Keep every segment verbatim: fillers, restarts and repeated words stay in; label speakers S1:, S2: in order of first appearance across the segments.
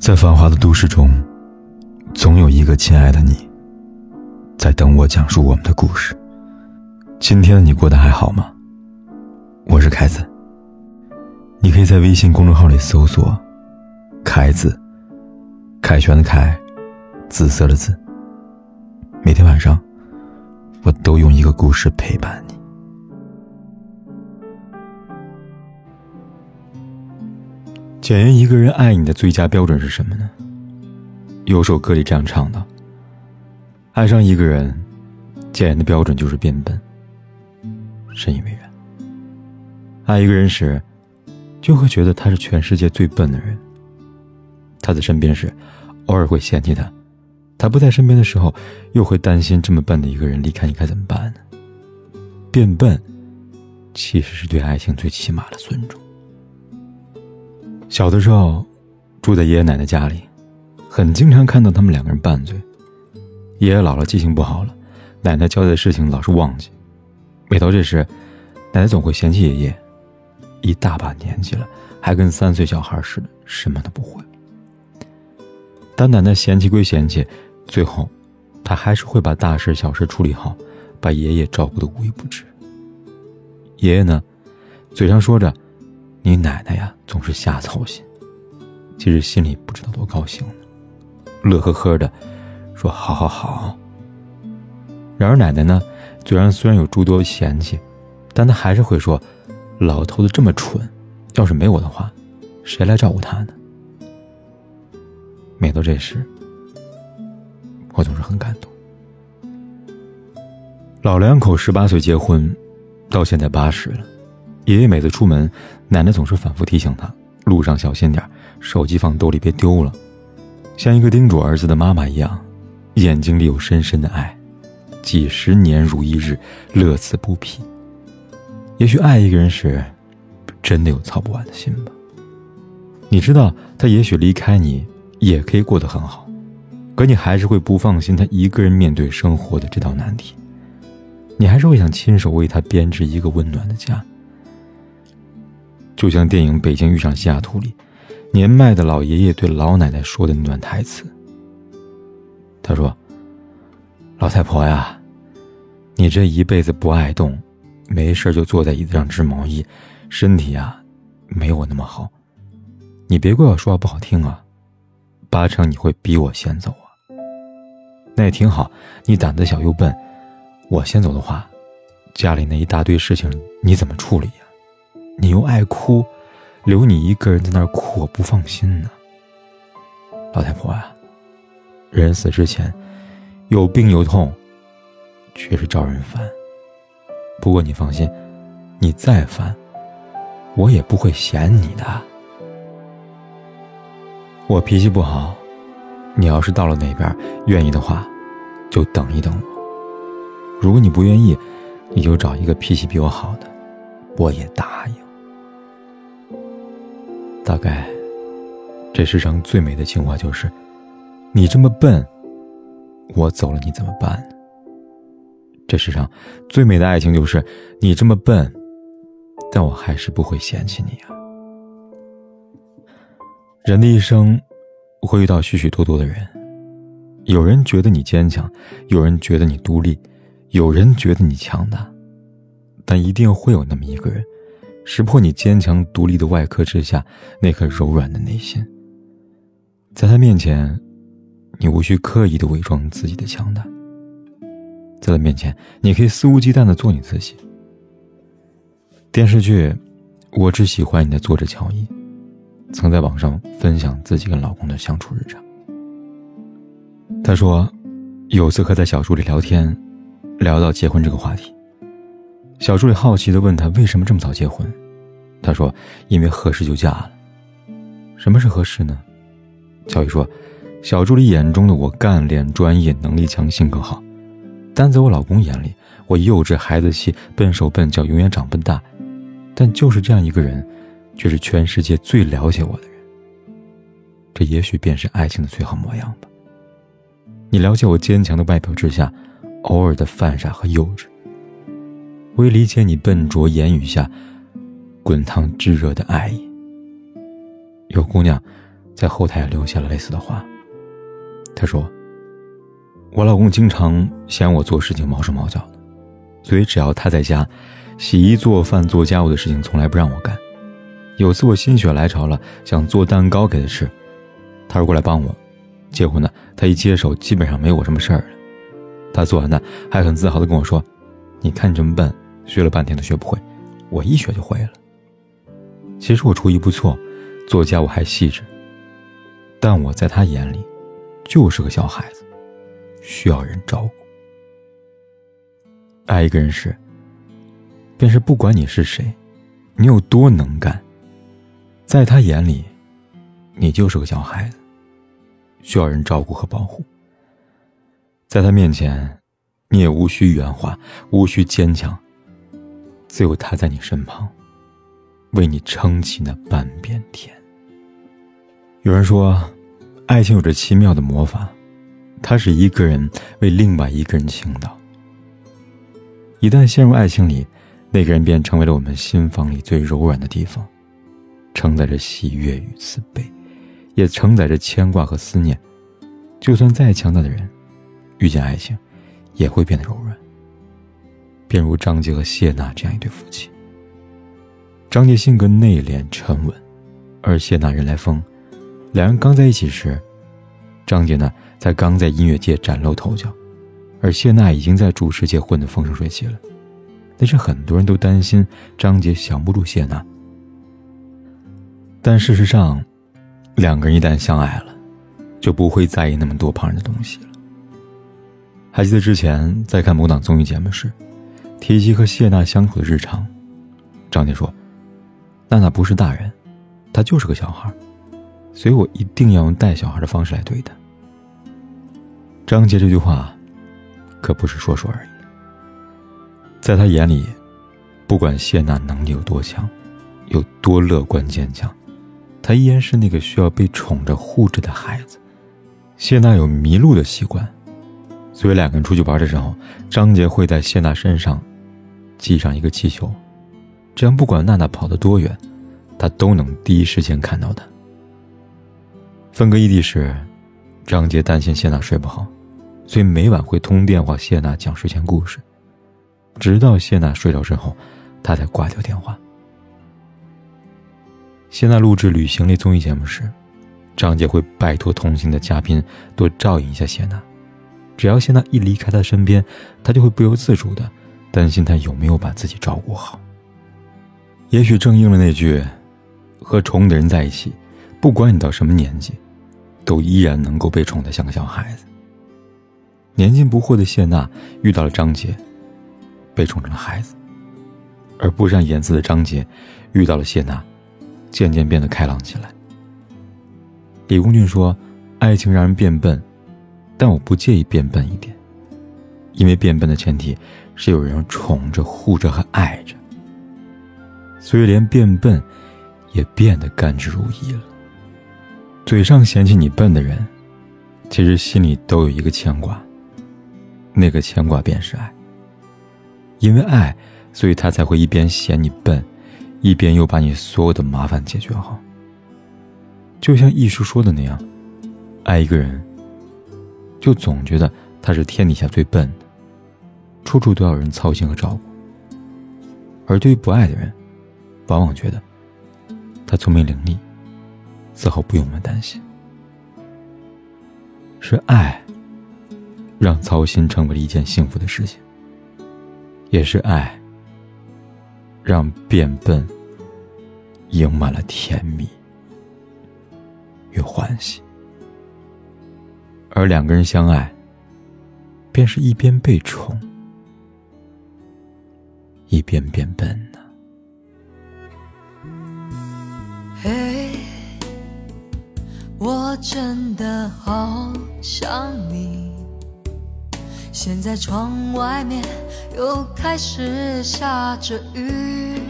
S1: 在繁华的都市中，总有一个亲爱的你，在等我讲述我们的故事。今天的你过得还好吗？我是凯子，你可以在微信公众号里搜索凯子，凯旋的凯，紫色的紫。每天晚上我都用一个故事陪伴你。检验一个人爱你的最佳标准是什么呢？有首歌里这样唱的：爱上一个人，检验的标准就是变笨。深以为然。爱一个人时，就会觉得他是全世界最笨的人。他在身边时，偶尔会嫌弃他；他不在身边的时候，又会担心这么笨的一个人离开你该怎么办呢？变笨，其实是对爱情最起码的尊重。小的时候，住在爷爷奶奶家里，很经常看到他们两个人拌嘴。爷爷老了，记性不好了，奶奶交代的事情老是忘记。每到这时，奶奶总会嫌弃爷爷，一大把年纪了，还跟三岁小孩似的，什么都不会。但奶奶嫌弃归嫌弃，最后她还是会把大事小事处理好，把爷爷照顾得无微不至。爷爷呢，嘴上说着你奶奶呀总是瞎操心，其实心里不知道多高兴呢，乐呵呵的说好好好。然而奶奶呢，嘴上虽然有诸多嫌弃，但她还是会说，老头子这么蠢，要是没我的话，谁来照顾他呢？每到这时，我总是很感动。老两口十八岁结婚，到现在八十了。爷爷每次出门，奶奶总是反复提醒他，路上小心点，手机放兜里别丢了。像一个叮嘱儿子的妈妈一样，眼睛里有深深的爱，几十年如一日，乐此不疲。也许爱一个人时，真的有操不完的心吧。你知道他也许离开你也可以过得很好，可你还是会不放心他一个人面对生活的这道难题，你还是会想亲手为他编织一个温暖的家。就像电影《北京遇上西雅图》里，年迈的老爷爷对老奶奶说的那段台词。他说，老太婆呀，你这一辈子不爱动，没事就坐在椅子上织毛衣，身体啊没我那么好，你别怪我说话不好听啊，八成你会比我先走啊。那也挺好，你胆子小又笨，我先走的话，家里那一大堆事情你怎么处理呀？你又爱哭，留你一个人在那儿哭，我不放心呢。老太婆啊，人死之前有病有痛，确实招人烦。不过你放心，你再烦，我也不会嫌你的。我脾气不好，你要是到了那边愿意的话，就等一等我。如果你不愿意，你就找一个脾气比我好的，我也答应。大概这世上最美的情话就是，你这么笨，我走了你怎么办呢？这世上最美的爱情就是，你这么笨，但我还是不会嫌弃你啊。人的一生会遇到许许多多的人，有人觉得你坚强，有人觉得你独立，有人觉得你强大，但一定会有那么一个人，识破你坚强独立的外壳之下那颗柔软的内心。在他面前，你无需刻意的伪装自己的强大，在他面前，你可以肆无忌惮的做你自己。电视剧《我只喜欢你》的作者乔伊曾在网上分享自己跟老公的相处日常。他说，有次和在小助理聊天，聊到结婚这个话题，小助理好奇地问他为什么这么早结婚。他说，因为合适就嫁了。什么是合适呢？乔伊说，小助理眼中的我干练专业，能力强，性格好，但在我老公眼里，我幼稚孩子气，笨手笨脚，永远长不大。但就是这样一个人，却是全世界最了解我的人。这也许便是爱情的最好模样吧。你了解我坚强的外表之下偶尔的犯傻和幼稚，我也理解你笨拙言语下滚烫炙热的爱意。有姑娘在后台留下了类似的话。他说，我老公经常嫌我做事情毛手毛脚的，所以只要他在家，洗衣做饭做家务的事情从来不让我干。有次我心血来潮了，想做蛋糕给他吃，他说过来帮我，结果呢，他一接手基本上没我什么事儿了。他做完呢，还很自豪地跟我说，你看你这么笨，学了半天都学不会，我一学就会了。其实我厨艺不错，做家务还细致，但我在他眼里就是个小孩子，需要人照顾。爱一个人时，便是不管你是谁，你有多能干，在他眼里你就是个小孩子，需要人照顾和保护。在他面前，你也无需圆滑，无需坚强，只有他在你身旁，为你撑起那半边天。有人说，爱情有着奇妙的魔法，它使一个人为另外一个人倾倒。一旦陷入爱情里，那个人便成为了我们心房里最柔软的地方，承载着喜悦与慈悲，也承载着牵挂和思念。就算再强大的人，遇见爱情也会变得柔软。便如张杰和谢娜这样一对夫妻。张杰性格内敛沉稳，而谢娜人来疯。两人刚在一起时，张杰呢才刚在音乐界崭露头角，而谢娜已经在主持界混得风生水起了。但是很多人都担心张杰降不住谢娜，但事实上，两个人一旦相爱了，就不会在意那么多旁人的东西了。还记得之前在看某档综艺节目时，提及和谢娜相处的日常，张杰说，娜娜不是大人，她就是个小孩，所以我一定要用带小孩的方式来对她。张杰这句话可不是说说而已，在他眼里，不管谢娜能力有多强，有多乐观坚强，她依然是那个需要被宠着护着的孩子。谢娜有迷路的习惯，所以两个人出去玩的时候，张杰会在谢娜身上系上一个气球，这样不管娜娜跑得多远，他都能第一时间看到她。分隔异地时，张杰担心谢娜睡不好，所以每晚会通电话谢娜讲睡前故事，直到谢娜睡着之后，他才挂掉电话。谢娜录制旅行类综艺节目时，张杰会拜托同行的嘉宾多照应一下谢娜，只要谢娜一离开他身边，他就会不由自主地担心他有没有把自己照顾好。也许正应了那句，和宠的人在一起，不管你到什么年纪，都依然能够被宠得像个小孩子。年轻不惑的谢娜遇到了张杰，被宠成了孩子，而不善言辞的张杰遇到了谢娜，渐渐变得开朗起来。李公俊说，爱情让人变笨，但我不介意变笨一点，因为变笨的前提是有人宠着护着和爱着，所以连变笨也变得甘之如饴了。嘴上嫌弃你笨的人，其实心里都有一个牵挂，那个牵挂便是爱。因为爱，所以他才会一边嫌你笨，一边又把你所有的麻烦解决好。就像艺术说的那样，爱一个人，就总觉得他是天底下最笨的，处处都要人操心和照顾。而对于不爱的人，往往觉得他聪明伶俐，丝毫不用我们担心。是爱让操心成为了一件幸福的事情，也是爱让变笨盈满了甜蜜与欢喜。而两个人相爱，便是一边被宠，一边变笨呢。
S2: 嘿，我真的好想你。现在窗外面又开始下着雨，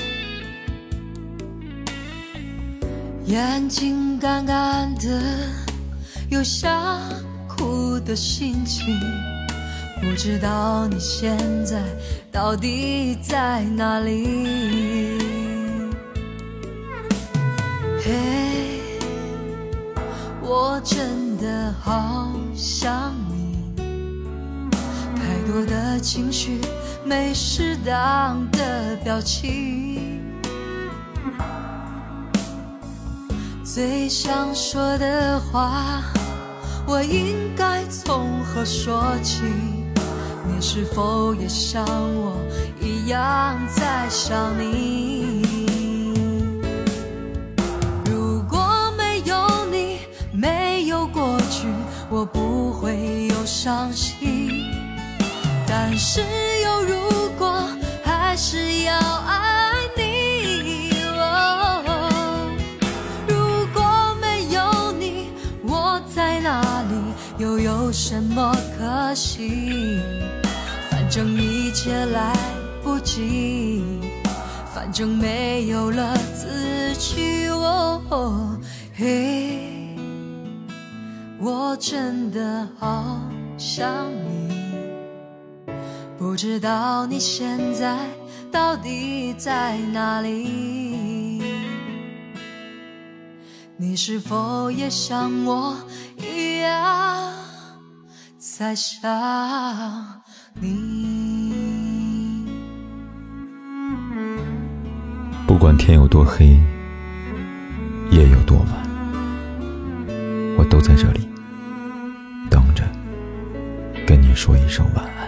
S2: 眼睛干干的，有想哭的心情。不知道你现在到底在哪里？嘿， 我真的好想你，太多的情绪没适当的表情，最想说的话我应该从何说起？你是否也像我一样在想你？如果没有你，没有过去，我不会有伤心。但是有如果，还是要爱你。哦，如果没有你，我在哪里，又有什么可惜？反正一切来不及，反正没有了自己。哦，嘿，我真的好想你，不知道你现在到底在哪里？你是否也像我一样在想你？
S1: 不管天有多黑，夜有多晚，我都在这里等着跟你说一声晚安。